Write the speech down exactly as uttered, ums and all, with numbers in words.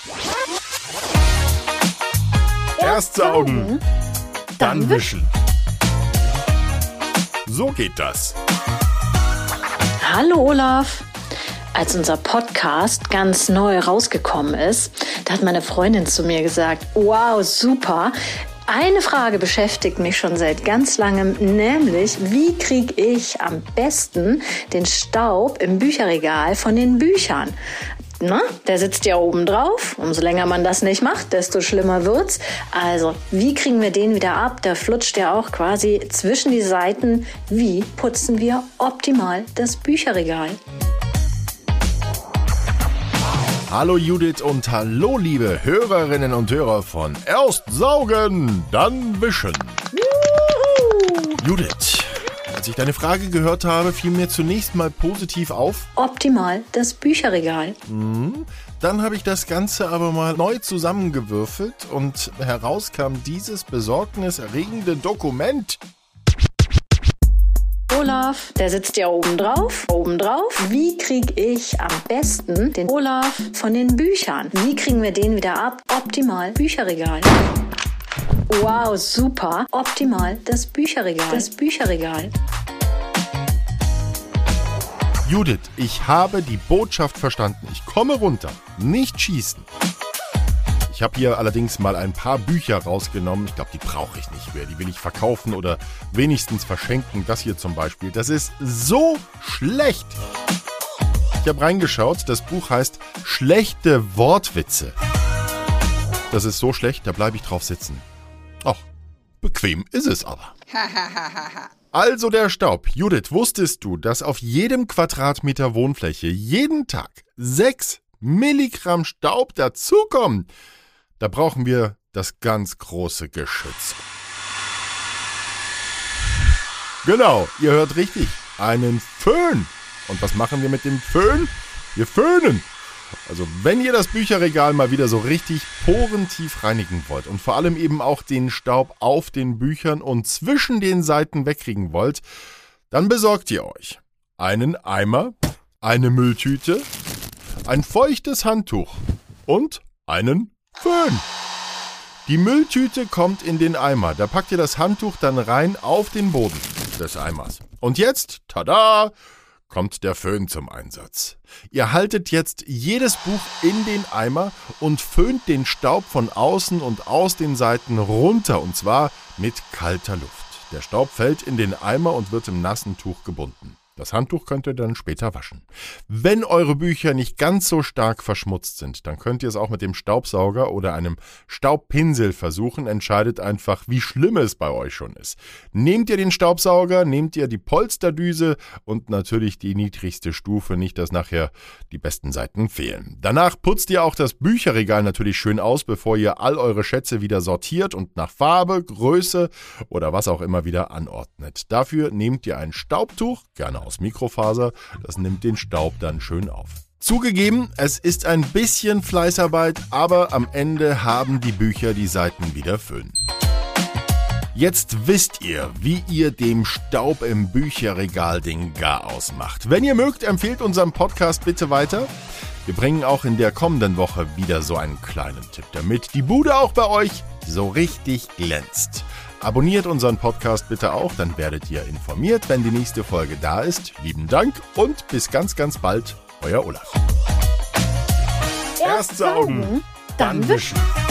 Erst saugen, dann wischen. So geht das. Hallo Olaf. Als unser Podcast ganz neu rausgekommen ist, da hat meine Freundin zu mir gesagt, wow, super. Eine Frage beschäftigt mich schon seit ganz langem, nämlich wie kriege ich am besten den Staub im Bücherregal von den Büchern? Na, der sitzt ja oben drauf. Umso länger man das nicht macht, desto schlimmer wird's. Also, wie kriegen wir den wieder ab? Der flutscht ja auch quasi zwischen die Seiten. Wie putzen wir optimal das Bücherregal? Hallo Judith und hallo liebe Hörerinnen und Hörer von Erst saugen, dann wischen. Juhu. Judith, als ich deine Frage gehört habe, fiel mir zunächst mal positiv auf. Optimal das Bücherregal. Mhm. Dann habe ich das Ganze aber mal neu zusammengewürfelt und heraus kam dieses besorgniserregende Dokument. Olaf, der sitzt ja oben drauf, oben drauf. Wie kriege ich am besten den Olaf von den Büchern? Wie kriegen wir den wieder ab? Optimal Bücherregal. Wow, super. Optimal das Bücherregal. Das Bücherregal. Judith, ich habe die Botschaft verstanden. Ich komme runter. Nicht schießen. Ich habe hier allerdings mal ein paar Bücher rausgenommen. Ich glaube, die brauche ich nicht mehr. Die will ich verkaufen oder wenigstens verschenken. Das hier zum Beispiel. Das ist so schlecht. Ich habe reingeschaut. Das Buch heißt Schlechte Wortwitze. Das ist so schlecht, da bleibe ich drauf sitzen. Ach, bequem ist es aber. Also der Staub. Judith, wusstest du, dass auf jedem Quadratmeter Wohnfläche jeden Tag sechs Milligramm Staub dazukommen? Da brauchen wir das ganz große Geschütz. Genau, ihr hört richtig. Einen Föhn. Und was machen wir mit dem Föhn? Wir föhnen. Also wenn ihr das Bücherregal mal wieder so richtig porentief reinigen wollt und vor allem eben auch den Staub auf den Büchern und zwischen den Seiten wegkriegen wollt, dann besorgt ihr euch einen Eimer, eine Mülltüte, ein feuchtes Handtuch und einen Föhn. Die Mülltüte kommt in den Eimer. Da packt ihr das Handtuch dann rein auf den Boden des Eimers. Und jetzt, tada, kommt der Föhn zum Einsatz. Ihr haltet jetzt jedes Buch in den Eimer und föhnt den Staub von außen und aus den Seiten runter. Und zwar mit kalter Luft. Der Staub fällt in den Eimer und wird im nassen Tuch gebunden. Das Handtuch könnt ihr dann später waschen. Wenn eure Bücher nicht ganz so stark verschmutzt sind, dann könnt ihr es auch mit dem Staubsauger oder einem Staubpinsel versuchen. Entscheidet einfach, wie schlimm es bei euch schon ist. Nehmt ihr den Staubsauger, nehmt ihr die Polsterdüse und natürlich die niedrigste Stufe, nicht dass nachher die besten Seiten fehlen. Danach putzt ihr auch das Bücherregal natürlich schön aus, bevor ihr all eure Schätze wieder sortiert und nach Farbe, Größe oder was auch immer wieder anordnet. Dafür nehmt ihr ein Staubtuch, gerne aus Mikrofaser, das nimmt den Staub dann schön auf. Zugegeben, es ist ein bisschen Fleißarbeit, aber am Ende haben die Bücher die Seiten wieder föhn. Jetzt wisst ihr, wie ihr dem Staub im Bücherregal den Garaus macht. Wenn ihr mögt, empfehlt unseren Podcast bitte weiter. Wir bringen auch in der kommenden Woche wieder so einen kleinen Tipp, damit die Bude auch bei euch so richtig glänzt. Abonniert unseren Podcast bitte auch, dann werdet ihr informiert, wenn die nächste Folge da ist. Lieben Dank und bis ganz, ganz bald, euer Olaf. Erst saugen, dann wischen.